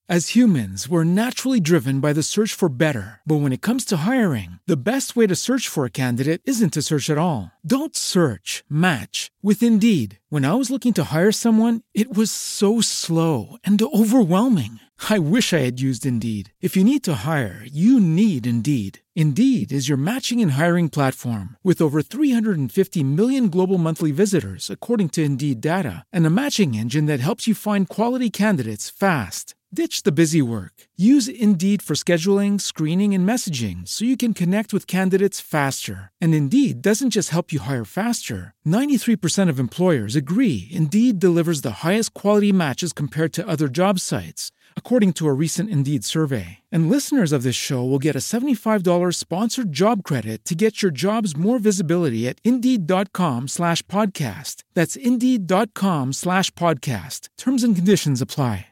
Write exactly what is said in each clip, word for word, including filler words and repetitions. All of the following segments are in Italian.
As humans, we're naturally driven by the search for better. But when it comes to hiring, the best way to search for a candidate isn't to search at all. Don't search, match with Indeed. When I was looking to hire someone, it was so slow and overwhelming. I wish I had used Indeed. If you need to hire, you need Indeed. Indeed is your matching and hiring platform with over three hundred fifty million global monthly visitors, according to Indeed data, and a matching engine that helps you find quality candidates fast. Ditch the busy work. Use Indeed for scheduling, screening, and messaging so you can connect with candidates faster. And Indeed doesn't just help you hire faster. ninety-three percent of employers agree Indeed delivers the highest quality matches compared to other job sites, according to a recent Indeed survey. And listeners of this show will get a seventy-five dollars sponsored job credit to get your jobs more visibility at Indeed.com slash podcast. That's Indeed.com slash podcast. Terms and conditions apply.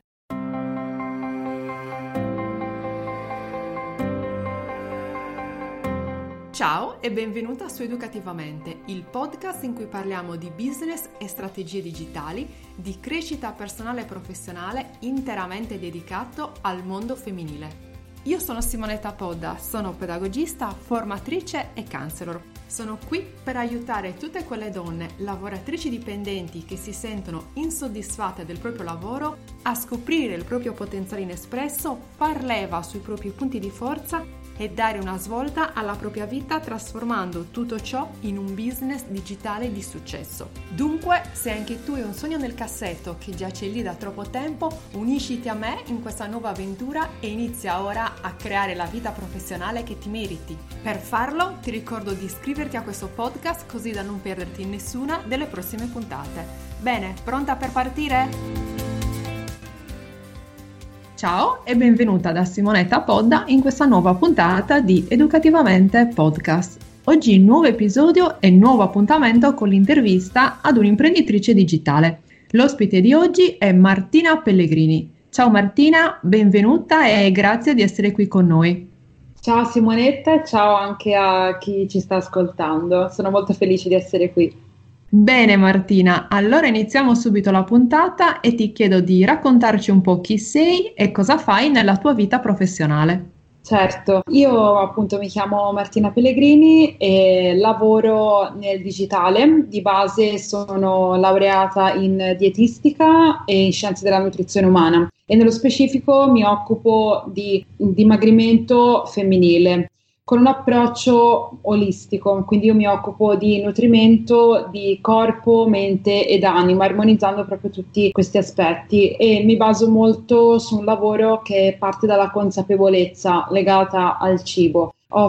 Ciao e benvenuta su Educativamente, il podcast in cui parliamo di business e strategie digitali, di crescita personale e professionale interamente dedicato al mondo femminile. Io sono Simonetta Podda, sono pedagogista, formatrice e counselor. Sono qui per aiutare tutte quelle donne, lavoratrici dipendenti che si sentono insoddisfatte del proprio lavoro, a scoprire il proprio potenziale inespresso, far leva sui propri punti di forza e dare una svolta alla propria vita trasformando tutto ciò in un business digitale di successo. Dunque, se anche tu hai un sogno nel cassetto che giace lì da troppo tempo, unisciti a me in questa nuova avventura e inizia ora a creare la vita professionale che ti meriti. Per farlo, ti ricordo di iscriverti a questo podcast così da non perderti nessuna delle prossime puntate. Bene, pronta per partire? Ciao e benvenuta da Simonetta Podda in questa nuova puntata di Educativamente Podcast. Oggi nuovo episodio e nuovo appuntamento con l'intervista ad un'imprenditrice digitale. L'ospite di oggi è Martina Pellegrini. Ciao Martina, benvenuta e grazie di essere qui con noi. Ciao Simonetta e ciao anche a chi ci sta ascoltando. Sono molto felice di essere qui. Bene Martina, allora iniziamo subito la puntata e ti chiedo di raccontarci un po' chi sei e cosa fai nella tua vita professionale. Certo, io appunto mi chiamo Martina Pellegrini e lavoro nel digitale. Di base sono laureata in dietistica e in scienze della nutrizione umana e nello specifico mi occupo di dimagrimento femminile, con un approccio olistico, quindi io mi occupo di nutrimento di corpo, mente ed anima, armonizzando proprio tutti questi aspetti e mi baso molto su un lavoro che parte dalla consapevolezza legata al cibo.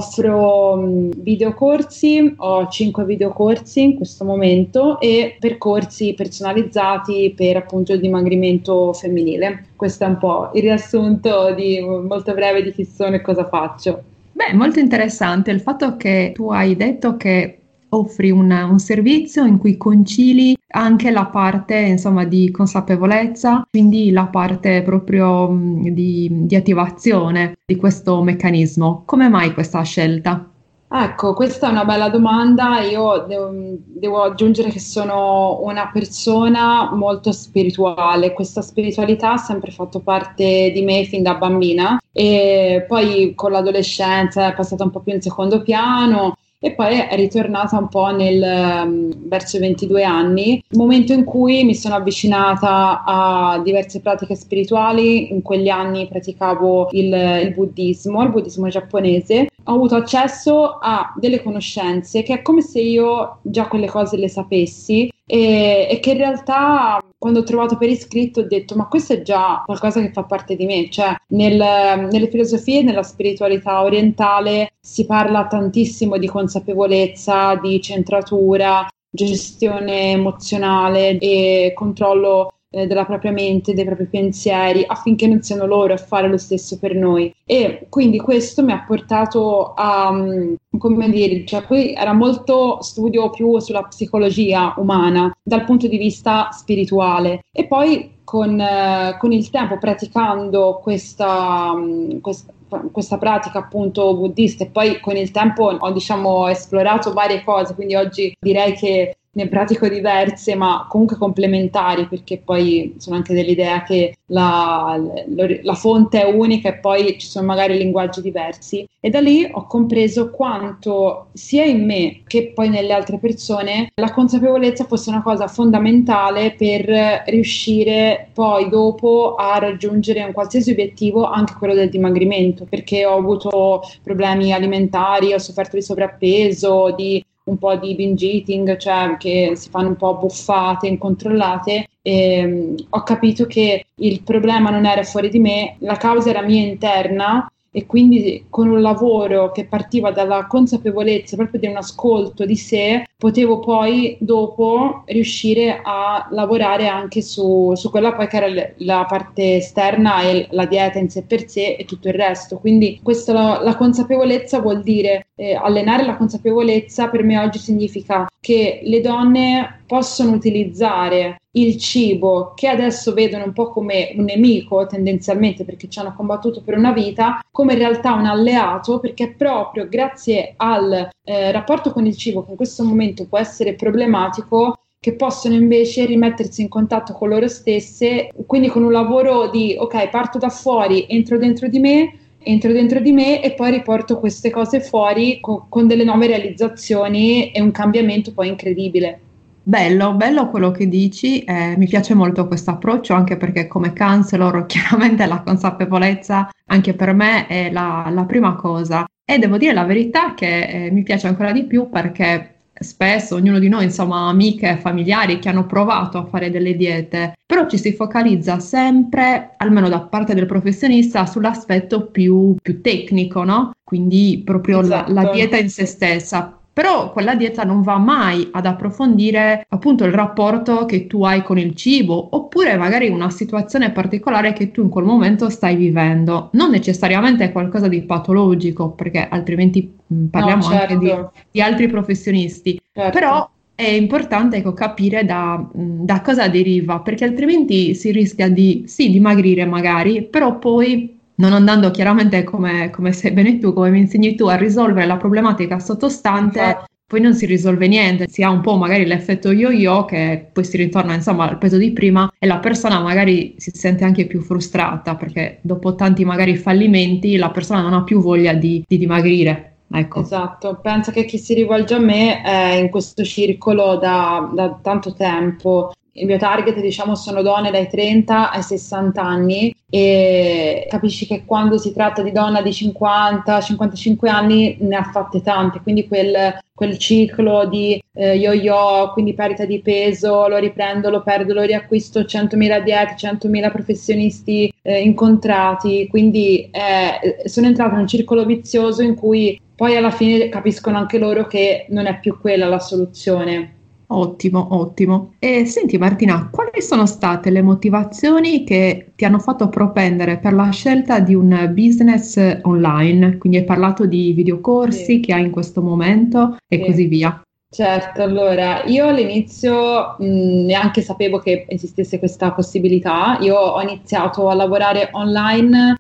Offro mh, videocorsi, ho cinque videocorsi in questo momento e percorsi personalizzati per appunto il dimagrimento femminile. Questo è un po' il riassunto di, molto breve di chi sono e cosa faccio. Beh, molto interessante il fatto che tu hai detto che offri una, un servizio in cui concili anche la parte, insomma, di consapevolezza, quindi la parte proprio mh, di, di attivazione di questo meccanismo. Come mai questa scelta? Ecco, questa è una bella domanda. Io devo, devo aggiungere che sono una persona molto spirituale. Questa spiritualità ha sempre fatto parte di me fin da bambina e poi con l'adolescenza è passata un po' più in secondo piano e poi è ritornata un po' nel, um, verso i ventidue anni, momento in cui mi sono avvicinata a diverse pratiche spirituali. In quegli anni praticavo il, il buddismo, il buddismo giapponese. Ho avuto accesso a delle conoscenze che è come se io già quelle cose le sapessi e, e che in realtà quando ho trovato per iscritto ho detto ma questo è già qualcosa che fa parte di me, cioè nel, nelle filosofie e nella spiritualità orientale si parla tantissimo di consapevolezza, di centratura, gestione emozionale e controllo eh, della propria mente, dei propri pensieri, affinché non siano loro a fare lo stesso per noi. E quindi questo mi ha portato a, come dire, cioè qui era molto studio più sulla psicologia umana dal punto di vista spirituale e poi con, eh, con il tempo praticando questa, questa questa pratica appunto buddista e poi con il tempo ho diciamo esplorato varie cose, quindi oggi direi che ne pratico diverse, ma comunque complementari, perché poi sono anche dell'idea che la, la, la fonte è unica e poi ci sono magari linguaggi diversi. E da lì ho compreso quanto sia in me che poi nelle altre persone la consapevolezza fosse una cosa fondamentale per riuscire poi dopo a raggiungere un qualsiasi obiettivo, anche quello del dimagrimento, perché ho avuto problemi alimentari, ho sofferto di sovrappeso, di un po' di binge eating, cioè che si fanno un po' buffate, incontrollate, e um, ho capito che il problema non era fuori di me, la causa era mia interna, e quindi con un lavoro che partiva dalla consapevolezza proprio di un ascolto di sé, potevo poi dopo riuscire a lavorare anche su, su quella poi che era la parte esterna e la dieta in sé per sé e tutto il resto. Quindi questa, la, la consapevolezza vuol dire eh, allenare la consapevolezza. Per me oggi significa che le donne possono utilizzare il cibo, che adesso vedono un po' come un nemico tendenzialmente perché ci hanno combattuto per una vita, come in realtà un alleato, perché è proprio grazie al eh, rapporto con il cibo, che in questo momento può essere problematico, che possono invece rimettersi in contatto con loro stesse, quindi con un lavoro di ok, parto da fuori, entro dentro di me, entro dentro di me e poi riporto queste cose fuori con, con delle nuove realizzazioni e un cambiamento poi incredibile. Bello, bello quello che dici, eh, mi piace molto questo approccio, anche perché come counselor chiaramente la consapevolezza anche per me è la, la prima cosa, e devo dire la verità che eh, mi piace ancora di più perché spesso ognuno di noi, insomma, amiche e familiari che hanno provato a fare delle diete, però ci si focalizza sempre, almeno da parte del professionista, sull'aspetto più, più tecnico, no? Quindi proprio Esatto. la, la dieta in sé stessa. Però quella dieta non va mai ad approfondire appunto il rapporto che tu hai con il cibo, oppure magari una situazione particolare che tu in quel momento stai vivendo. Non necessariamente qualcosa di patologico, perché altrimenti mh, parliamo No, certo. anche di, di altri professionisti. Certo. Però è importante, ecco, capire da, mh, da cosa deriva, perché altrimenti si rischia di, sì, dimagrire magari, però poi non andando chiaramente come, come sai bene tu, come mi insegni tu, a risolvere la problematica sottostante, Infatti. poi non si risolve niente, si ha un po' magari l'effetto yo-yo che poi si ritorna insomma al peso di prima e la persona magari si sente anche più frustrata perché dopo tanti magari fallimenti la persona non ha più voglia di, di dimagrire. Ecco. Esatto, penso che chi si rivolge a me è in questo circolo da, da tanto tempo. Il mio target, diciamo, sono donne dai trenta ai sessanta anni e capisci che quando si tratta di donna di cinquanta cinquantacinque anni ne ha fatte tante, quindi quel, quel ciclo di eh, yo-yo, quindi perdita di peso, lo riprendo, lo perdo, lo riacquisto, centomila diete, centomila professionisti eh, incontrati, quindi eh, sono entrata in un circolo vizioso in cui poi alla fine capiscono anche loro che non è più quella la soluzione. Ottimo, ottimo. E senti Martina, quali sono state le motivazioni che ti hanno fatto propendere per la scelta di un business online? Quindi hai parlato di videocorsi Sì. che hai in questo momento e Sì. così via. Certo, allora io all'inizio mh, neanche sapevo che esistesse questa possibilità. Io ho iniziato a lavorare online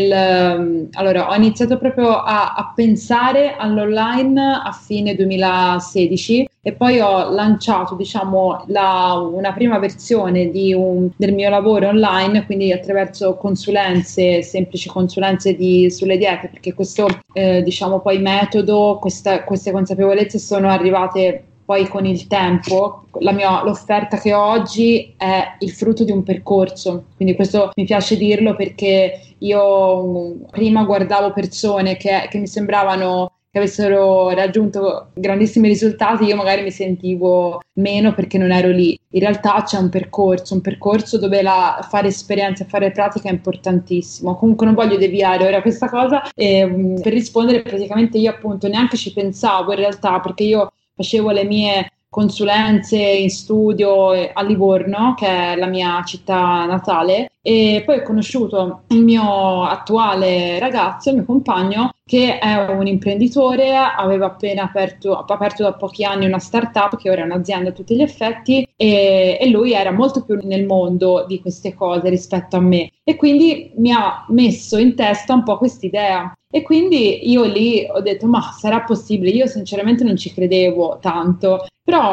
nel, allora ho iniziato proprio a, a pensare all'online a fine duemilasedici e poi ho lanciato, diciamo, la, una prima versione di un, del mio lavoro online, quindi attraverso consulenze, semplici consulenze di, sulle diete, perché questo eh, diciamo poi metodo, questa, queste consapevolezze sono arrivate poi con il tempo. La mia, l'offerta che ho oggi è il frutto di un percorso, quindi questo mi piace dirlo perché io prima guardavo persone che, che mi sembravano che avessero raggiunto grandissimi risultati, io magari mi sentivo meno perché non ero lì. In realtà c'è un percorso, un percorso dove la, fare esperienza e fare pratica è importantissimo. Comunque non voglio deviare ora questa cosa e, per rispondere, praticamente io appunto neanche ci pensavo in realtà, perché io facevo le mie consulenze in studio a Livorno, che è la mia città natale, e poi ho conosciuto il mio attuale ragazzo, il mio compagno, che è un imprenditore, aveva appena aperto, aperto da pochi anni una startup che ora è un'azienda a tutti gli effetti e, e lui era molto più nel mondo di queste cose rispetto a me e quindi mi ha messo in testa un po' quest'idea. E quindi io lì ho detto, ma sarà possibile? Io sinceramente non ci credevo tanto, però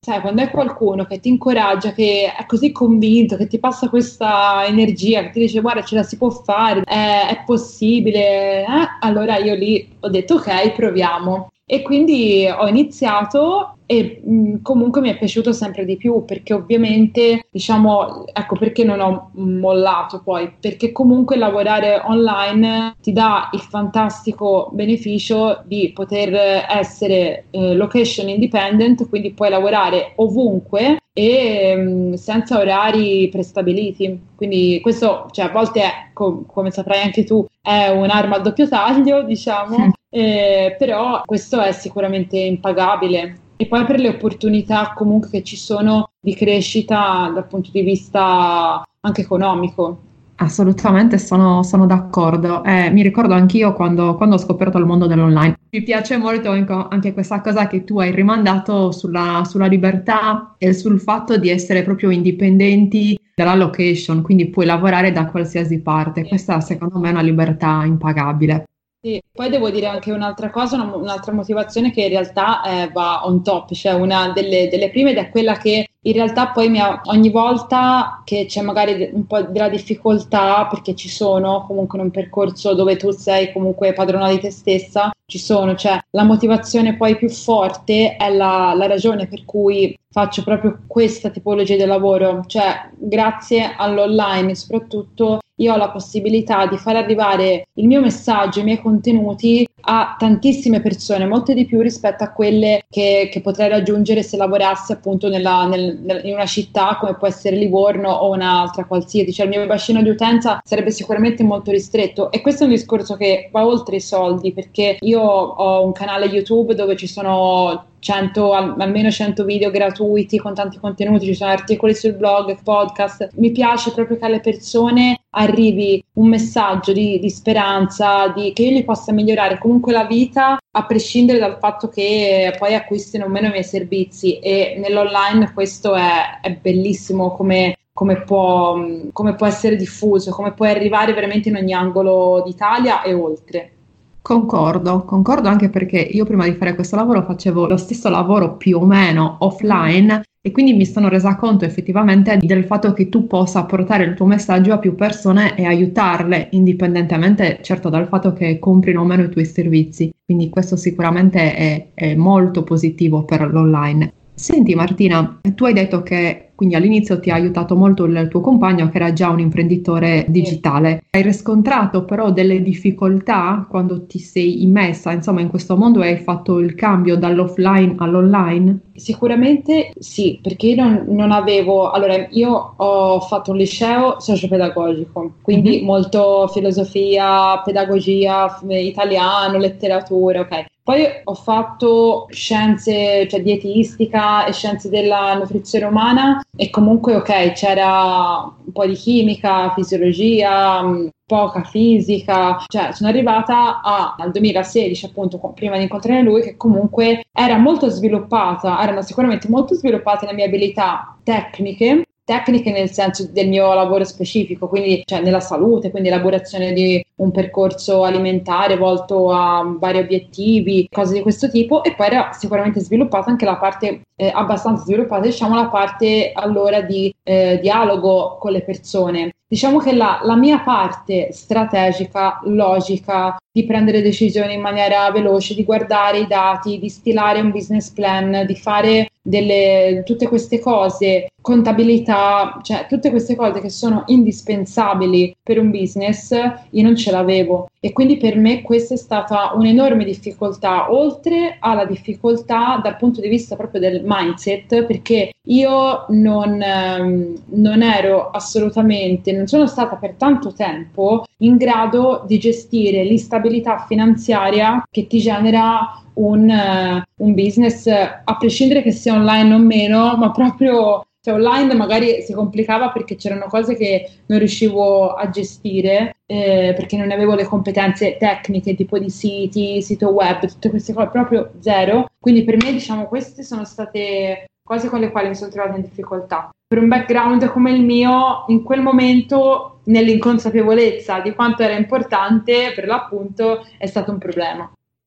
sai, quando è qualcuno che ti incoraggia, che è così convinto, che ti passa questa energia, che ti dice guarda ce la si può fare, è, è possibile, eh? Allora io lì ho detto ok, proviamo. E quindi ho iniziato e mh, comunque mi è piaciuto sempre di più, perché ovviamente, diciamo, ecco perché non ho mollato poi, perché comunque lavorare online ti dà il fantastico beneficio di poter essere eh, location independent, quindi puoi lavorare ovunque e mh, senza orari prestabiliti. Quindi questo, cioè, a volte è, com- come saprai anche tu, è un'arma a doppio taglio, diciamo. Mm. Eh, però questo è sicuramente impagabile. E poi per le opportunità comunque che ci sono di crescita dal punto di vista anche economico. Assolutamente sono, sono d'accordo. Eh, mi ricordo anch'io quando, quando ho scoperto il mondo dell'online. Mi piace molto anche questa cosa che tu hai rimandato sulla, sulla libertà e sul fatto di essere proprio indipendenti dalla location, quindi puoi lavorare da qualsiasi parte. Questa secondo me è una libertà impagabile. Sì, poi devo dire anche un'altra cosa, una- un'altra motivazione che in realtà eh, va on top, cioè una delle, delle prime ed è quella che in realtà poi mi ha, ogni volta che c'è magari de- un po' della difficoltà, perché ci sono comunque in un percorso dove tu sei comunque padrona di te stessa, ci sono, cioè la motivazione poi più forte è la, la ragione per cui faccio proprio questa tipologia di lavoro, cioè grazie all'online soprattutto io ho la possibilità di far arrivare il mio messaggio, i miei contenuti a tantissime persone, molte di più rispetto a quelle che, che potrei raggiungere se lavorassi appunto nella, nel, nel, in una città come può essere Livorno o un'altra qualsiasi, cioè il mio bacino di utenza sarebbe sicuramente molto ristretto e questo è un discorso che va oltre i soldi, perché io ho un canale YouTube dove ci sono cento, al, almeno cento video gratuiti con tanti contenuti, ci sono articoli sul blog, podcast. Mi piace proprio che alle persone arrivi un messaggio di, di speranza, di, che io gli possa migliorare comunque la vita, a prescindere dal fatto che poi acquistino o meno i miei servizi, e nell'online questo è, è bellissimo come, come, può, come può essere diffuso, come può arrivare veramente in ogni angolo d'Italia e oltre. Concordo, concordo anche perché io prima di fare questo lavoro facevo lo stesso lavoro più o meno offline e quindi mi sono resa conto effettivamente del fatto che tu possa portare il tuo messaggio a più persone e aiutarle, indipendentemente certo dal fatto che comprino o meno i tuoi servizi. Quindi questo sicuramente è, è molto positivo per l'online. Senti Martina, tu hai detto che quindi all'inizio ti ha aiutato molto il tuo compagno che era già un imprenditore digitale. Hai riscontrato però delle difficoltà quando ti sei immessa, insomma, in questo mondo e hai fatto il cambio dall'offline all'online? Sicuramente sì, perché io non, non avevo, allora io ho fatto un liceo socio-pedagogico, quindi mm-hmm. molto filosofia, pedagogia, italiano, letteratura, ok. Poi ho fatto scienze, cioè dietistica e scienze della nutrizione umana e comunque ok, c'era un po' di chimica, fisiologia, poca fisica, cioè sono arrivata a, al duemilasedici appunto prima di incontrare lui, che comunque era molto sviluppata, erano sicuramente molto sviluppate le mie abilità tecniche, tecniche nel senso del mio lavoro specifico, quindi cioè nella salute, quindi elaborazione di un percorso alimentare volto a vari obiettivi, cose di questo tipo, e poi era sicuramente sviluppata anche la parte, eh, abbastanza sviluppata, diciamo la parte allora di eh, dialogo con le persone. Diciamo che la, la mia parte strategica, logica, di prendere decisioni in maniera veloce, di guardare i dati, di stilare un business plan, di fare delle, tutte queste cose, contabilità, cioè tutte queste cose che sono indispensabili per un business, io non ce l'avevo. E quindi per me questa è stata un'enorme difficoltà, oltre alla difficoltà dal punto di vista proprio del mindset, perché io non, ehm, non ero assolutamente, non sono stata per tanto tempo in grado di gestire l'instabilità finanziaria che ti genera un, uh, un business, a prescindere che sia online o meno, ma proprio cioè online magari si complicava perché c'erano cose che non riuscivo a gestire eh, perché non avevo le competenze tecniche tipo di siti, sito web, tutte queste cose, proprio zero. Quindi per me diciamo queste sono state cose con le quali mi sono trovata in difficoltà. Per un background come il mio, in quel momento, nell'inconsapevolezza di quanto era importante, per l'appunto, è stato un problema.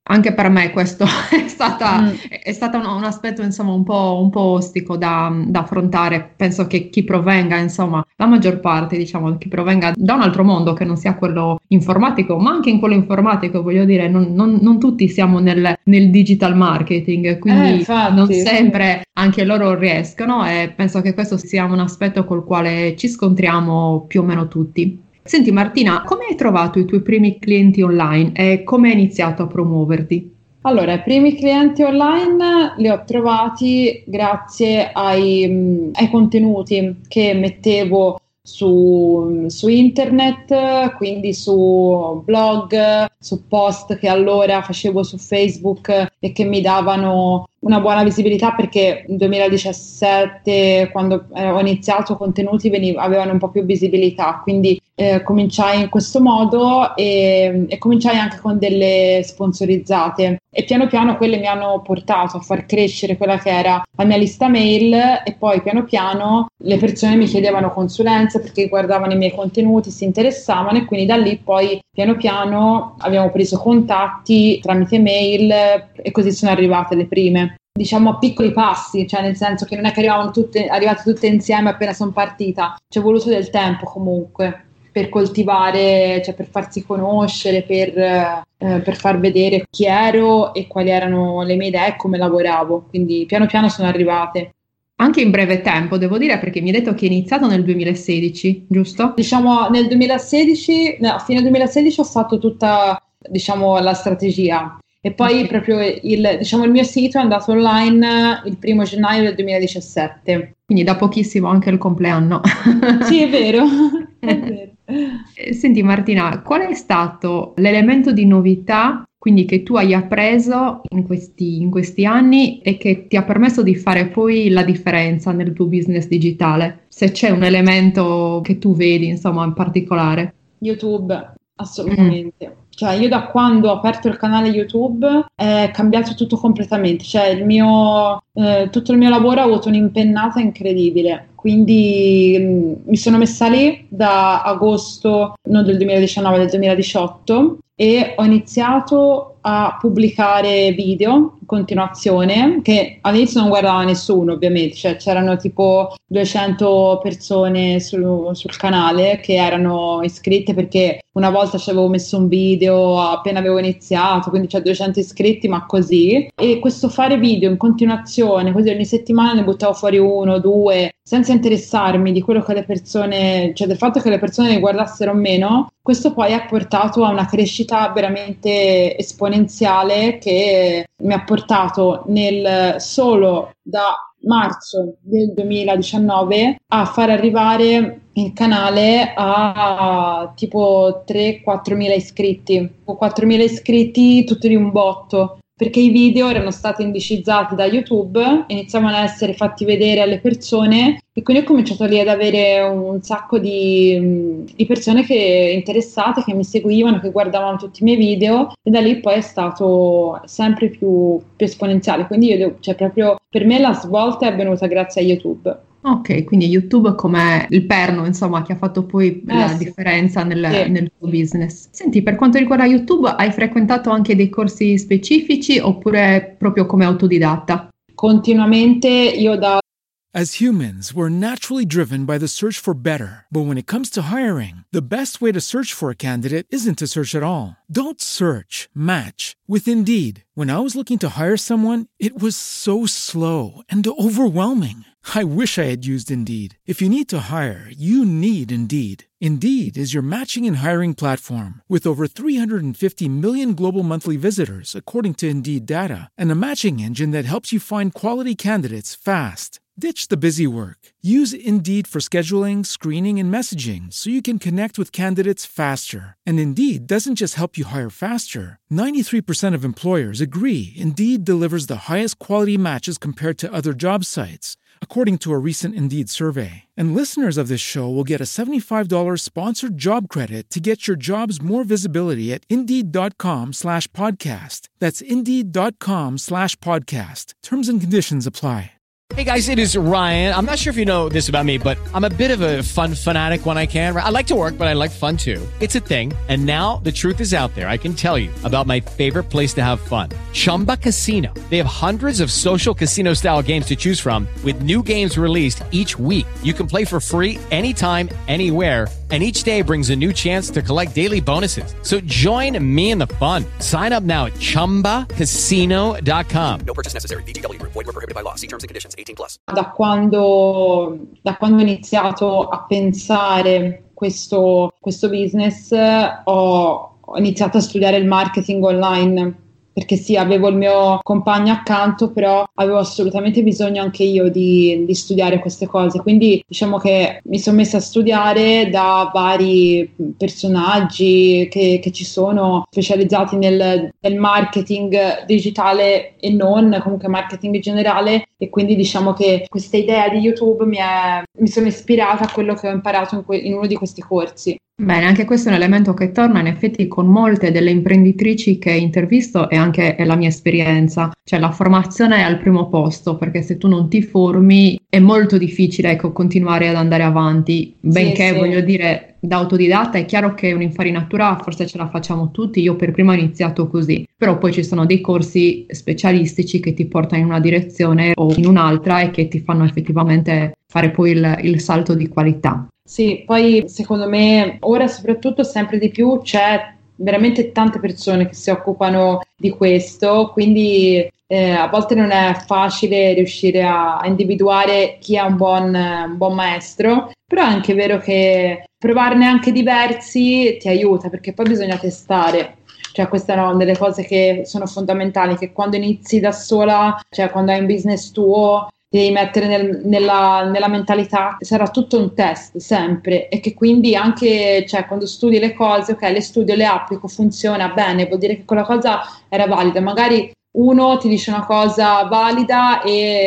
Anche per me questo è stata, Mm. è stato un, un aspetto insomma un po', un po' ostico da, da affrontare. Penso che chi provenga, insomma, la maggior parte, diciamo, chi provenga da un altro mondo che non sia quello informatico, ma anche in quello informatico, voglio dire, non, non- non tutti siamo nel, nel digital marketing, Eh, quindi non infatti, sì. sempre anche loro riescono e penso che questo sia un aspetto col quale ci scontriamo più o meno tutti. Senti Martina, come hai trovato i tuoi primi clienti online e come hai iniziato a promuoverti? Allora, i primi clienti online li ho trovati grazie ai, mh, ai contenuti che mettevo su, su internet, quindi su blog, su post che allora facevo su Facebook e che mi davano una buona visibilità perché nel duemiladiciassette, quando eh, ho iniziato, contenuti veniv- avevano un po' più visibilità, quindi eh, cominciai in questo modo e, e cominciai anche con delle sponsorizzate e piano piano quelle mi hanno portato a far crescere quella che era la mia lista mail e poi piano piano le persone mi chiedevano consulenze perché guardavano i miei contenuti, si interessavano e quindi da lì poi piano piano abbiamo preso contatti tramite mail e così sono arrivate le prime. Diciamo a piccoli passi, cioè nel senso che non è che arrivavano tutte, arrivate tutte insieme appena sono partita, ci è voluto del tempo comunque per coltivare, cioè per farsi conoscere, per, eh, per far vedere chi ero e quali erano le mie idee e come lavoravo, quindi piano piano sono arrivate. Anche in breve tempo, devo dire, perché mi hai detto che hai iniziato nel duemilasedici, giusto? Diciamo nel duemilasedici, no, a fine duemilasedici ho fatto tutta, diciamo, la strategia e poi Ok. proprio il, diciamo, il mio sito è andato online il primo gennaio del duemiladiciassette. Quindi da pochissimo anche il compleanno. Sì, è vero, è vero. Eh, Senti Martina, qual è stato l'elemento di novità, quindi che tu hai appreso in questi, in questi anni e che ti ha permesso di fare poi la differenza nel tuo business digitale? Se c'è un elemento che tu vedi, insomma, in particolare. YouTube, Mm. assolutamente. Cioè, io da quando ho aperto il canale YouTube è cambiato tutto completamente. Cioè, il mio, eh, tutto il mio lavoro ha avuto un'impennata incredibile. Quindi mh, mi sono messa lì da agosto, non del duemiladiciannove, del duemiladiciotto e ho iniziato a pubblicare video in continuazione che all'inizio non guardava nessuno ovviamente, cioè c'erano tipo duecento persone sul, sul canale che erano iscritte perché una volta ci avevo messo un video appena avevo iniziato, quindi c'è duecento iscritti ma così e questo fare video in continuazione, così ogni settimana ne buttavo fuori uno, due, senza interessarmi di quello che le persone, cioè del fatto che le persone ne guardassero o meno, questo poi ha portato a una crescita veramente esponenziale che mi ha portato nel solo da marzo del duemiladiciannove a far arrivare il canale a tipo tre quattro mila iscritti, o quattromila iscritti tutti di un botto. Perché i video erano stati indicizzati da YouTube, iniziavano a essere fatti vedere alle persone e quindi ho cominciato lì ad avere un sacco di, di persone che, interessate, che mi seguivano, che guardavano tutti i miei video e da lì poi è stato sempre più, più esponenziale. Quindi io devo, cioè proprio per me la svolta è avvenuta grazie a YouTube. Ok, quindi YouTube come il perno, insomma, che ha fatto poi Eh la sì, differenza nel, sì. nel tuo business. Senti, per quanto riguarda YouTube, hai frequentato anche dei corsi specifici oppure proprio come autodidatta? Continuamente io da As humans, we're naturally driven by the search for better. But when it comes to hiring, the best way to search for a candidate isn't to search at all. Don't search, match with Indeed. When I was looking to hire someone, it was so slow and overwhelming. I wish I had used Indeed. If you need to hire, you need Indeed. Indeed is your matching and hiring platform with over three hundred fifty million global monthly visitors, according to Indeed data, and a matching engine that helps you find quality candidates fast. Ditch the busy work. Use Indeed for scheduling, screening, and messaging so you can connect with candidates faster. And Indeed doesn't just help you hire faster. ninety-three percent of employers agree Indeed delivers the highest quality matches compared to other job sites, according to a recent Indeed survey. And listeners of this show will get a seventy-five dollars sponsored job credit to get your jobs more visibility at Indeed.com slash podcast. That's Indeed.com slash podcast. Terms and conditions apply. Hey guys, it is Ryan. I'm not sure if you know this about me, but I'm a bit of a fun fanatic when I can. I like to work, but I like fun too. It's a thing. And now the truth is out there. I can tell you about my favorite place to have fun. Chumba Casino. They have hundreds of social casino style games to choose from with new games released each week. You can play for free anytime, anywhere. And each day brings a new chance to collect daily bonuses. So join me in the fun. Sign up now at chumba casino dot com. No purchase necessary. V G W. Void where prohibited by law. See terms and conditions. eighteen plus. Da quando, da quando ho iniziato a pensare questo, questo business, ho, ho iniziato a studiare il marketing online. Perché sì, avevo il mio compagno accanto, però avevo assolutamente bisogno anche io di, di studiare queste cose. Quindi diciamo che mi sono messa a studiare da vari personaggi che, che ci sono specializzati nel, nel marketing digitale e non, comunque marketing generale. E quindi diciamo che questa idea di YouTube mi, è, mi sono ispirata a quello che ho imparato in, que, in uno di questi corsi. Bene, anche questo è un elemento che torna in effetti con molte delle imprenditrici che intervisto e anche è la mia esperienza, cioè la formazione è al primo posto, perché se tu non ti formi è molto difficile, ecco, continuare ad andare avanti, benché sì, sì. voglio dire da autodidatta è chiaro che un'infarinatura forse ce la facciamo tutti, io per prima ho iniziato così, però poi ci sono dei corsi specialistici che ti portano in una direzione o in un'altra e che ti fanno effettivamente fare poi il, il salto di qualità. Sì, poi secondo me ora soprattutto sempre di più c'è veramente tante persone che si occupano di questo, quindi eh, a volte non è facile riuscire a, a individuare chi è un buon, un buon maestro, però è anche vero che provarne anche diversi ti aiuta, perché poi bisogna testare. Cioè questa è una delle cose che sono fondamentali, che quando inizi da sola, cioè quando hai un business tuo, devi mettere nel, nella, nella mentalità che sarà tutto un test sempre, e che quindi anche, cioè, quando studi le cose, ok, le studio, le applico, funziona bene, vuol dire che quella cosa era valida. Magari uno ti dice una cosa valida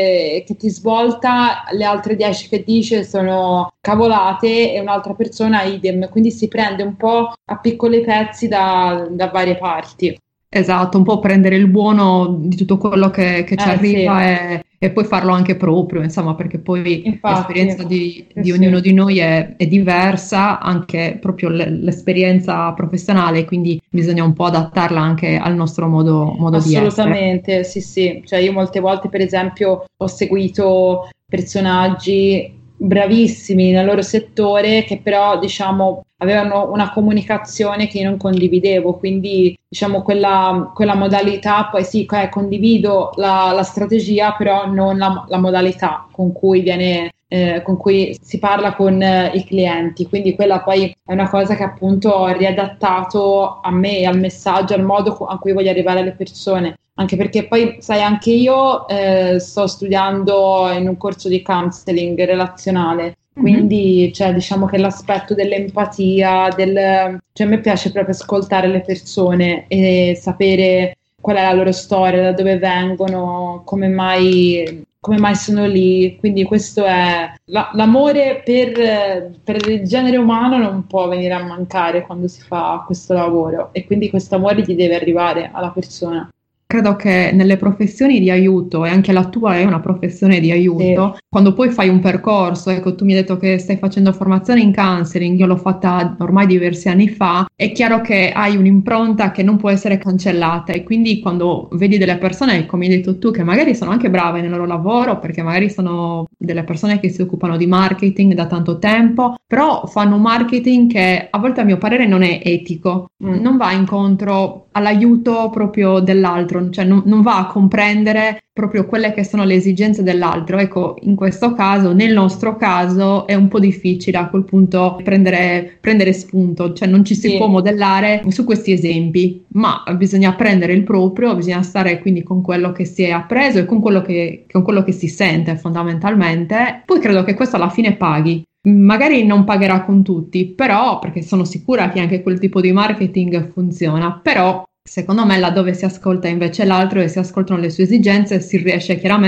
e che ti svolta, le altre dieci che dice sono cavolate e un'altra persona idem, quindi si prende un po' a piccoli pezzi da, da varie parti. Esatto, un po' prendere il buono di tutto quello che, che ci Eh, arriva sì. e, e poi farlo anche proprio, insomma, perché poi Infatti, l'esperienza di, sì, di sì. ognuno di noi è, è diversa, anche proprio l- l'esperienza professionale, quindi bisogna un po' adattarla anche al nostro modo, modo di essere. Assolutamente, sì, sì. Cioè io molte volte, per esempio, ho seguito personaggi bravissimi nel loro settore che però, diciamo, avevano una comunicazione che io non condividevo, quindi diciamo quella, quella modalità, poi sì, eh, condivido la, la strategia, però non la, la modalità con cui viene eh, con cui si parla con eh, i clienti, quindi quella poi è una cosa che appunto ho riadattato a me, al messaggio, al modo a cui voglio arrivare alle persone. Anche perché poi, sai, anche io eh, sto studiando in un corso di counseling relazionale, quindi mm-hmm. cioè, diciamo che l'aspetto dell'empatia, del, cioè a me piace proprio ascoltare le persone e sapere qual è la loro storia, da dove vengono, come mai, come mai sono lì. Quindi questo è la, l'amore per, per il genere umano non può venire a mancare quando si fa questo lavoro, e quindi questo amore gli deve arrivare alla persona. Credo che nelle professioni di aiuto, e anche la tua è una professione di aiuto, sì. Quando poi fai un percorso, ecco, tu mi hai detto che stai facendo formazione in counseling, io l'ho fatta ormai diversi anni fa, è chiaro che hai un'impronta che non può essere cancellata, e quindi quando vedi delle persone, come hai detto tu, che magari sono anche brave nel loro lavoro, perché magari sono delle persone che si occupano di marketing da tanto tempo, però fanno un marketing che a volte a mio parere non è etico, mm. non va incontro all'aiuto proprio dell'altro, cioè non, non va a comprendere proprio quelle che sono le esigenze dell'altro. Ecco, in questo caso, nel nostro caso, è un po' difficile a quel punto prendere, prendere spunto, cioè non ci si sì. può modellare su questi esempi, ma bisogna prendere il proprio, bisogna stare quindi con quello che si è appreso e con quello che, con quello che si sente fondamentalmente. Poi credo che questo alla fine paghi. Magari non pagherà con tutti, però, perché sono sicura che anche quel tipo di marketing funziona, però secondo me laddove si ascolta invece l'altro e si ascoltano le sue esigenze si riesce chiaramente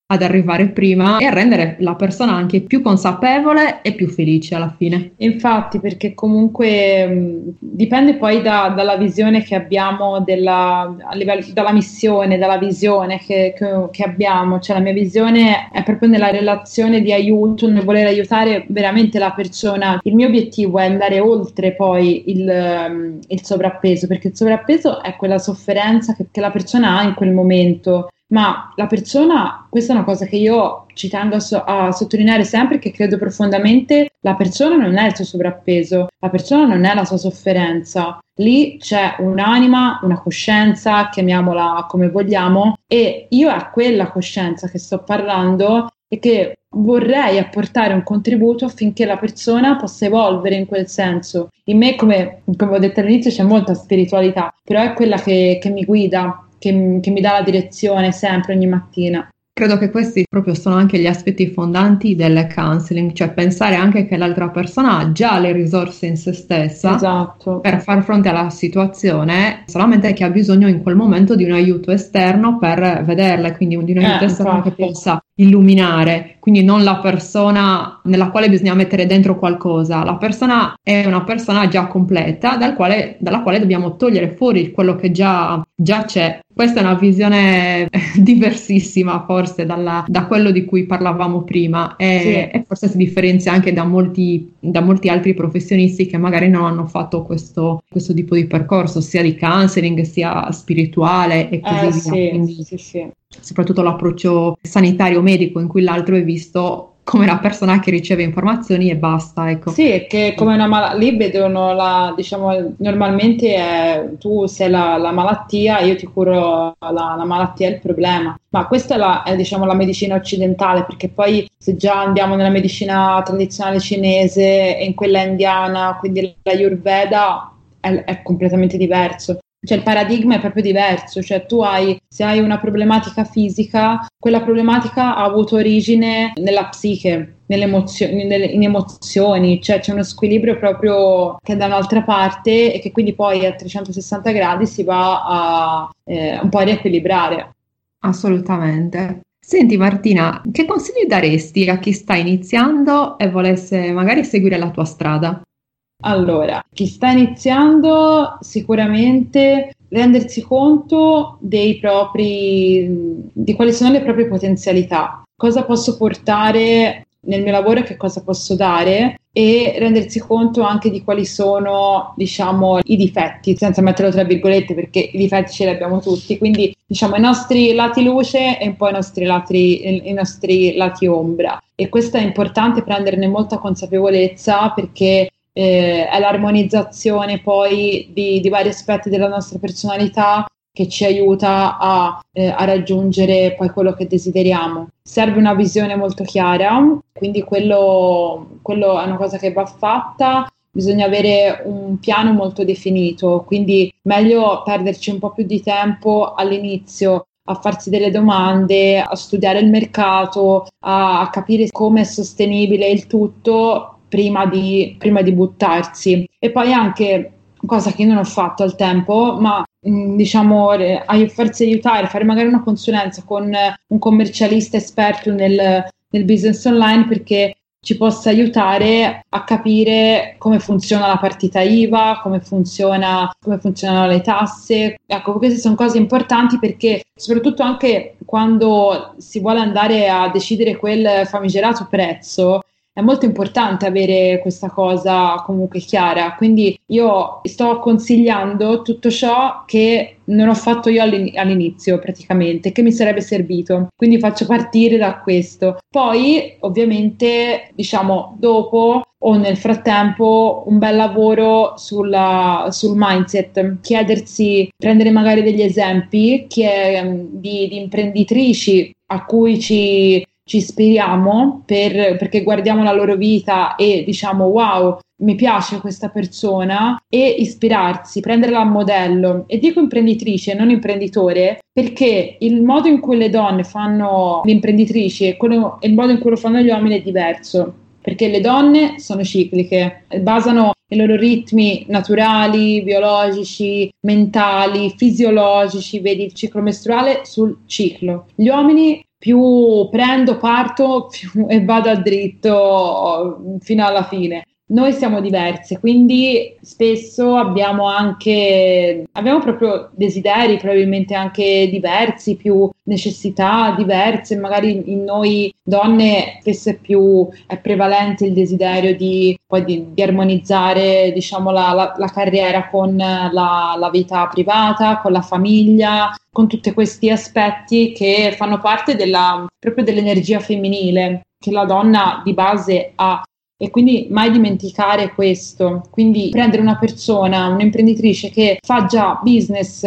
ad arrivare prima e a rendere la persona anche più consapevole e più felice alla fine. Infatti, perché comunque mh, dipende poi da, dalla visione che abbiamo, della, a livello, dalla missione, dalla visione che, che, che abbiamo. Cioè la mia visione è proprio nella relazione di aiuto, nel voler aiutare veramente la persona. Il mio obiettivo è andare oltre poi il, il sovrappeso, perché il sovrappeso è quella sofferenza che, che la persona ha in quel momento. Ma la persona, questa è una cosa che io ci tengo a, so- a sottolineare sempre, che credo profondamente, la persona non è il suo sovrappeso, la persona non è la sua sofferenza, lì c'è un'anima, una coscienza, chiamiamola come vogliamo, e io è a quella coscienza che sto parlando e che vorrei apportare un contributo affinché la persona possa evolvere in quel senso. In me, come, come ho detto all'inizio, c'è molta spiritualità, però è quella che, che mi guida, Che, che mi dà la direzione sempre, ogni mattina. Credo che questi proprio sono anche gli aspetti fondanti del counseling, cioè pensare anche che l'altra persona ha già le risorse in se stessa, esatto, per far fronte alla situazione, solamente che ha bisogno in quel momento di un aiuto esterno per vederla, quindi di un aiuto eh, esterno infatti. che possa illuminare, quindi non la persona nella quale bisogna mettere dentro qualcosa. La persona è una persona già completa dal quale, dalla quale dobbiamo togliere fuori quello che già, già c'è. Questa è una visione diversissima forse dalla, da quello di cui parlavamo prima e, Sì. e forse si differenzia anche da molti, da molti altri professionisti che magari non hanno fatto questo, questo tipo di percorso, sia di counseling sia spirituale e così Eh, via. sì, Quindi, sì, sì. soprattutto l'approccio sanitario medico in cui l'altro è visto come una persona che riceve informazioni e basta, ecco. Sì, è che come una malattia, lì vedono la, diciamo, normalmente è, tu sei la, la malattia, io ti curo la, la malattia, è il problema. Ma questa è, la, è diciamo, la medicina occidentale, perché poi se già andiamo nella medicina tradizionale cinese e in quella indiana, quindi l'Ayurveda, è, è completamente diverso. Cioè il paradigma è proprio diverso, cioè tu hai, se hai una problematica fisica, quella problematica ha avuto origine nella psiche, nelle emozioni, nelle, in emozioni, cioè c'è uno squilibrio proprio che è da un'altra parte e che quindi poi a trecentosessanta gradi si va a eh, un po' a riequilibrare. Assolutamente. Senti Martina, che consigli daresti a chi sta iniziando e volesse magari seguire la tua strada? Allora, chi sta iniziando sicuramente rendersi conto dei propri, di quali sono le proprie potenzialità, cosa posso portare nel mio lavoro e che cosa posso dare, e rendersi conto anche di quali sono, diciamo, i difetti, senza metterlo tra virgolette perché i difetti ce li abbiamo tutti, quindi diciamo i nostri lati luce e un po' i nostri lati, i nostri lati ombra, e questo è importante prenderne molta consapevolezza perché Eh, è l'armonizzazione poi di, di vari aspetti della nostra personalità che ci aiuta a, eh, a raggiungere poi quello che desideriamo. Serve una visione molto chiara, quindi quello, quello è una cosa che va fatta. Bisogna avere un piano molto definito, quindi meglio perderci un po' più di tempo all'inizio a farsi delle domande, a studiare il mercato, a, a capire come è sostenibile il tutto prima di, prima di buttarsi. E poi anche, cosa che io non ho fatto al tempo, ma mh, diciamo a farsi aiutare, fare magari una consulenza con un commercialista esperto nel, nel business online, perché ci possa aiutare a capire come funziona la partita I V A, come funziona, come funzionano le tasse. Ecco, queste sono cose importanti perché soprattutto anche quando si vuole andare a decidere quel famigerato prezzo, è molto importante avere questa cosa comunque chiara, quindi io sto consigliando tutto ciò che non ho fatto io all'inizio praticamente, che mi sarebbe servito, quindi faccio partire da questo. Poi ovviamente diciamo dopo o nel frattempo un bel lavoro sulla, sul mindset, chiedersi, prendere magari degli esempi che, di, di imprenditrici a cui ci ci ispiriamo per, perché guardiamo la loro vita e diciamo wow, mi piace questa persona, e ispirarsi, prenderla a modello. E dico imprenditrice, non imprenditore, perché il modo in cui le donne fanno le imprenditrici e, quello, e il modo in cui lo fanno gli uomini è diverso, perché le donne sono cicliche, basano i loro ritmi naturali, biologici, mentali, fisiologici, vedi il ciclo mestruale sul ciclo. Gli uomini più prendo, parto più, e vado a dritto fino alla fine. Noi siamo diverse, quindi spesso abbiamo anche, abbiamo proprio desideri probabilmente anche diversi, più necessità diverse, magari in noi donne spesso è più è prevalente il desiderio di, poi di, di armonizzare, diciamo, la, la, la carriera con la, la vita privata, con la famiglia, con tutti questi aspetti che fanno parte della, proprio dell'energia femminile che la donna di base ha. E quindi mai dimenticare questo, quindi prendere una persona, un'imprenditrice che fa già business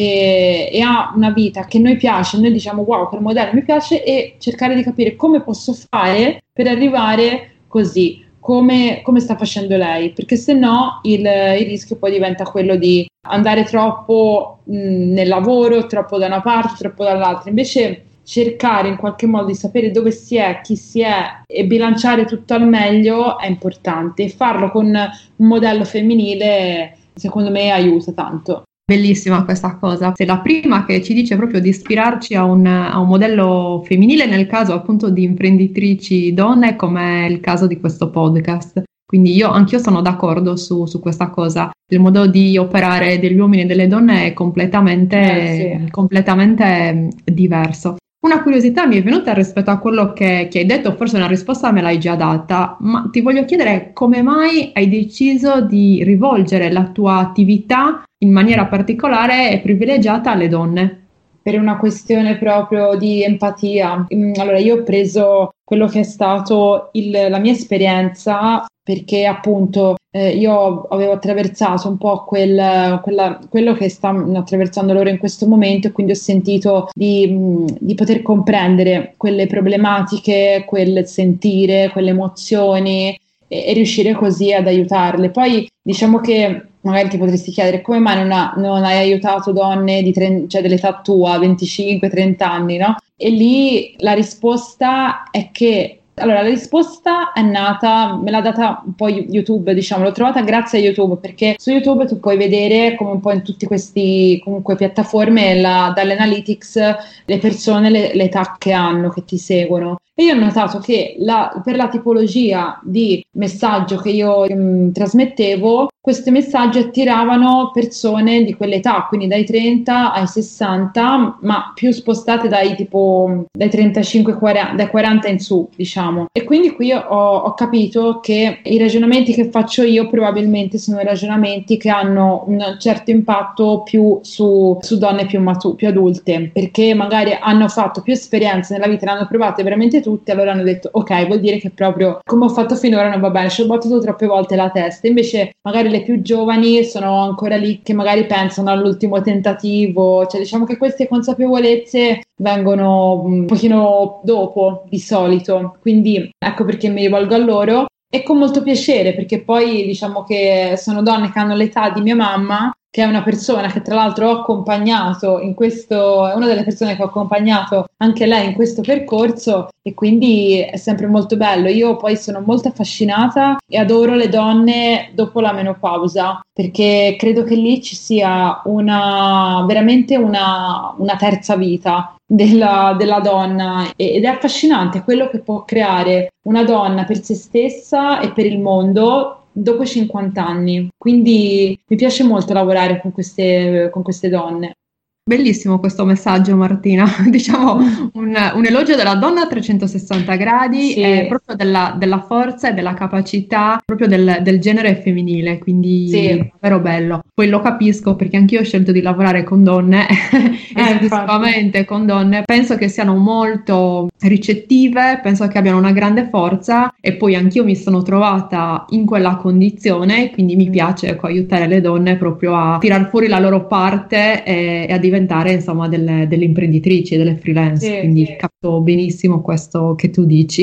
e, e ha una vita che noi piace, noi diciamo wow, quel modello mi piace, e cercare di capire come posso fare per arrivare così, come, come sta facendo lei, perché se no il, il rischio poi diventa quello di andare troppo mh, nel lavoro, troppo da una parte, troppo dall'altra. Invece cercare in qualche modo di sapere dove si è, chi si è e bilanciare tutto al meglio è importante, e farlo con un modello femminile secondo me aiuta tanto. Bellissima questa cosa, sei la prima che ci dice proprio di ispirarci a un, a un modello femminile nel caso appunto di imprenditrici donne, come è il caso di questo podcast. Quindi io anch'io sono d'accordo su, su questa cosa. Il modo di operare degli uomini e delle donne è completamente, eh, sì. completamente diverso. Una curiosità mi è venuta rispetto a quello che, che hai detto, forse una risposta me l'hai già data, ma ti voglio chiedere come mai hai deciso di rivolgere la tua attività in maniera particolare e privilegiata alle donne? Per una questione proprio di empatia. Allora, io ho preso quello che è stato il, la mia esperienza, perché appunto eh, io avevo attraversato un po' quel, quella, quello che stanno attraversando loro in questo momento, e quindi ho sentito di, di poter comprendere quelle problematiche, quel sentire, quelle emozioni, e, e riuscire così ad aiutarle. Poi diciamo che magari ti potresti chiedere come mai non, ha, non hai aiutato donne di trenta, cioè dell'età tua, venticinque trenta anni, no? E lì la risposta è che, allora la risposta è nata, me l'ha data un po' YouTube, diciamo, l'ho trovata grazie a YouTube, perché su YouTube tu puoi vedere, come un po' in tutti questi comunque piattaforme, la, dall'analytics, le persone, le, l'età che hanno, che ti seguono. E io ho notato che la, per la tipologia di messaggio che io mh, trasmettevo, questi messaggi attiravano persone di quell'età, quindi dai trenta ai sessanta, ma più spostate dai tipo dai trentacinque quaranta, dai quaranta in su, diciamo. E quindi qui ho, ho capito che i ragionamenti che faccio io probabilmente sono i ragionamenti che hanno un certo impatto più su, su donne più matu- più adulte, perché magari hanno fatto più esperienze nella vita, le hanno provate veramente tutte, allora hanno detto ok, vuol dire che proprio come ho fatto finora non va bene, ci ho battuto troppe volte la testa. Invece magari le più giovani sono ancora lì che magari pensano all'ultimo tentativo, cioè diciamo che queste consapevolezze vengono un pochino dopo di solito, quindi ecco perché mi rivolgo a loro, e con molto piacere, perché poi diciamo che sono donne che hanno l'età di mia mamma, che è una persona che tra l'altro ho accompagnato in questo, è una delle persone che ho accompagnato anche lei in questo percorso, e quindi è sempre molto bello. Io poi sono molto affascinata e adoro le donne dopo la menopausa, perché credo che lì ci sia una veramente una, una terza vita della, della donna, ed è affascinante quello che può creare una donna per se stessa e per il mondo dopo cinquanta anni. Quindi mi piace molto lavorare con queste, con queste donne. Bellissimo questo messaggio, Martina, diciamo un, un elogio della donna a trecentosessanta gradi, sì. E proprio della, della forza e della capacità proprio del, del genere femminile, quindi sì. davvero bello. Poi lo capisco perché anch'io ho scelto di lavorare con donne, eh, esclusivamente con donne, penso che siano molto ricettive, penso che abbiano una grande forza, e poi anch'io mi sono trovata in quella condizione, quindi mi piace ecco, aiutare le donne proprio a tirar fuori la loro parte e, e a diventare insomma delle, delle imprenditrici, delle freelance, sì, quindi sì. capito benissimo questo che tu dici.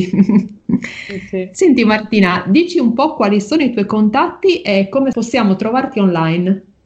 Sì, sì. Senti Martina, dici un po' quali sono i tuoi contatti e come possiamo trovarti online.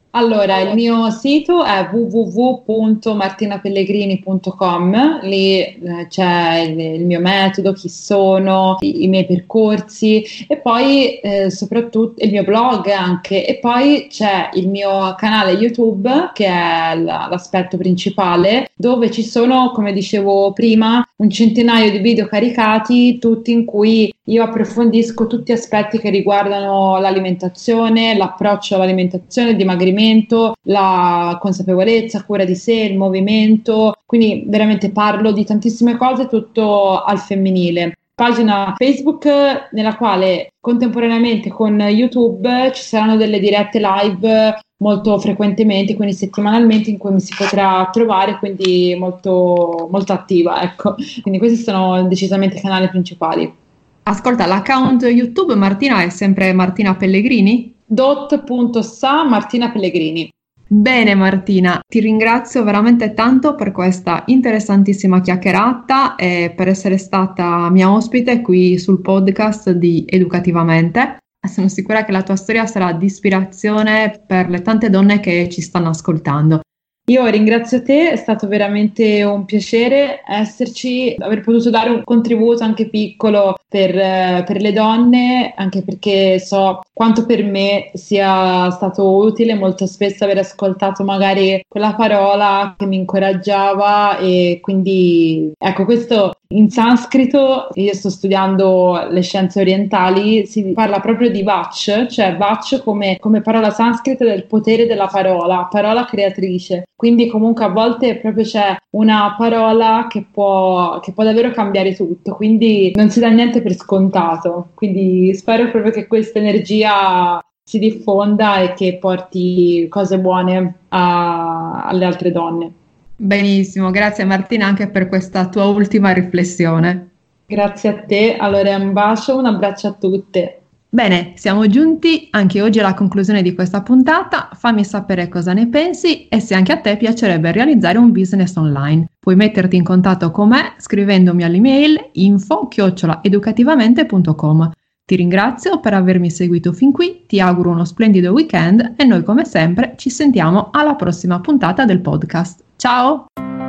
Allora, il mio sito è w w w punto martina pellegrini punto com, lì eh, c'è il, il mio metodo, chi sono, i, i miei percorsi e poi eh, soprattutto il mio blog anche, e poi c'è il mio canale YouTube che è l- l'aspetto principale, dove ci sono, come dicevo prima, un centinaio di video caricati, tutti in cui io approfondisco tutti aspetti che riguardano l'alimentazione, l'approccio all'alimentazione, il dimagrimento, la consapevolezza, cura di sé, il movimento, quindi veramente parlo di tantissime cose, tutto al femminile. Pagina Facebook nella quale contemporaneamente con YouTube ci saranno delle dirette live molto frequentemente, quindi settimanalmente, in cui mi si potrà trovare, quindi molto, molto attiva, ecco. Quindi questi sono decisamente i canali principali. Ascolta, l'account YouTube Martina è sempre Martina Pellegrini? dot punto sa Martina Pellegrini. Bene Martina, ti ringrazio veramente tanto per questa interessantissima chiacchierata e per essere stata mia ospite qui sul podcast di Educativamente. Sono sicura che la tua storia sarà di ispirazione per le tante donne che ci stanno ascoltando. Io ringrazio te, è stato veramente un piacere esserci, aver potuto dare un contributo anche piccolo per, eh, per le donne, anche perché so quanto per me sia stato utile molto spesso aver ascoltato magari quella parola che mi incoraggiava, e quindi ecco, questo in sanscrito, io sto studiando le scienze orientali, si parla proprio di vach, cioè vach come, come parola sanscrita del potere della parola, parola creatrice. Quindi comunque a volte proprio c'è una parola che può, che può davvero cambiare tutto, quindi non si dà niente per scontato. Quindi spero proprio che questa energia si diffonda e che porti cose buone a, alle altre donne. Benissimo, grazie Martina anche per questa tua ultima riflessione. Grazie a te, allora un bacio, un abbraccio a tutte. Bene, siamo giunti anche oggi alla conclusione di questa puntata. Fammi sapere cosa ne pensi e se anche a te piacerebbe realizzare un business online. Puoi metterti in contatto con me scrivendomi all'email info chiocciola educativamente punto com. Ti ringrazio per avermi seguito fin qui, ti auguro uno splendido weekend e noi come sempre ci sentiamo alla prossima puntata del podcast. Ciao!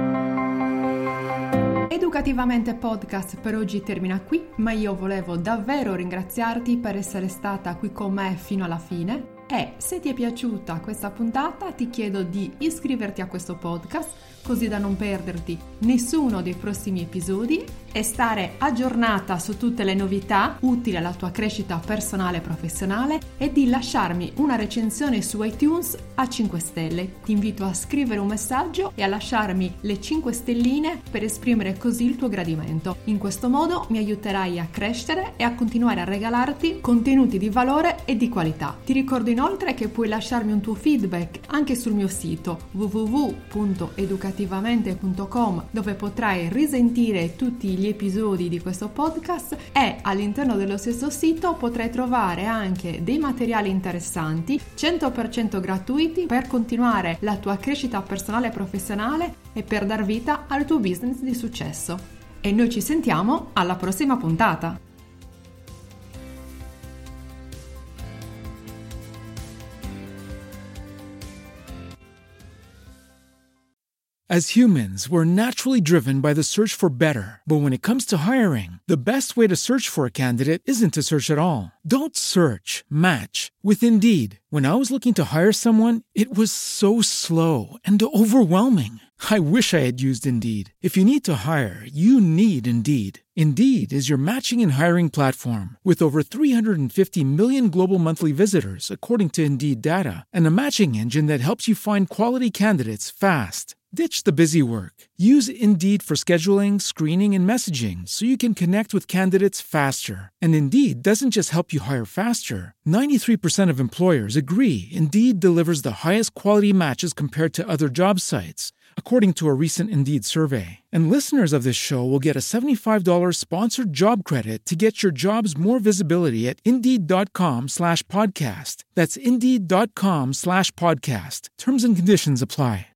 Educativamente Podcast per oggi termina qui, ma io volevo davvero ringraziarti per essere stata qui con me fino alla fine e se ti è piaciuta questa puntata ti chiedo di iscriverti a questo podcast così da non perderti nessuno dei prossimi episodi e stare aggiornata su tutte le novità utili alla tua crescita personale e professionale, e di lasciarmi una recensione su iTunes a cinque stelle. Ti invito a scrivere un messaggio e a lasciarmi le cinque stelline per esprimere così il tuo gradimento. In questo modo mi aiuterai a crescere e a continuare a regalarti contenuti di valore e di qualità. Ti ricordo inoltre che puoi lasciarmi un tuo feedback anche sul mio sito w w w punto educativamente punto com, dove potrai risentire tutti gli episodi di questo podcast, e all'interno dello stesso sito potrai trovare anche dei materiali interessanti cento per cento gratuiti per continuare la tua crescita personale e professionale e per dar vita al tuo business di successo. E noi ci sentiamo alla prossima puntata! As humans, we're naturally driven by the search for better. But when it comes to hiring, the best way to search for a candidate isn't to search at all. Don't search, match with Indeed. When I was looking to hire someone, it was so slow and overwhelming. I wish I had used Indeed. If you need to hire, you need Indeed. Indeed is your matching and hiring platform with over three hundred fifty million global monthly visitors, according to Indeed data, and a matching engine that helps you find quality candidates fast. Ditch the busy work. Use Indeed for scheduling, screening, and messaging so you can connect with candidates faster. And Indeed doesn't just help you hire faster. ninety-three percent of employers agree Indeed delivers the highest quality matches compared to other job sites, according to a recent Indeed survey. And listeners of this show will get a seventy-five dollars sponsored job credit to get your jobs more visibility at Indeed.com slash podcast. That's Indeed.com slash podcast. Terms and conditions apply.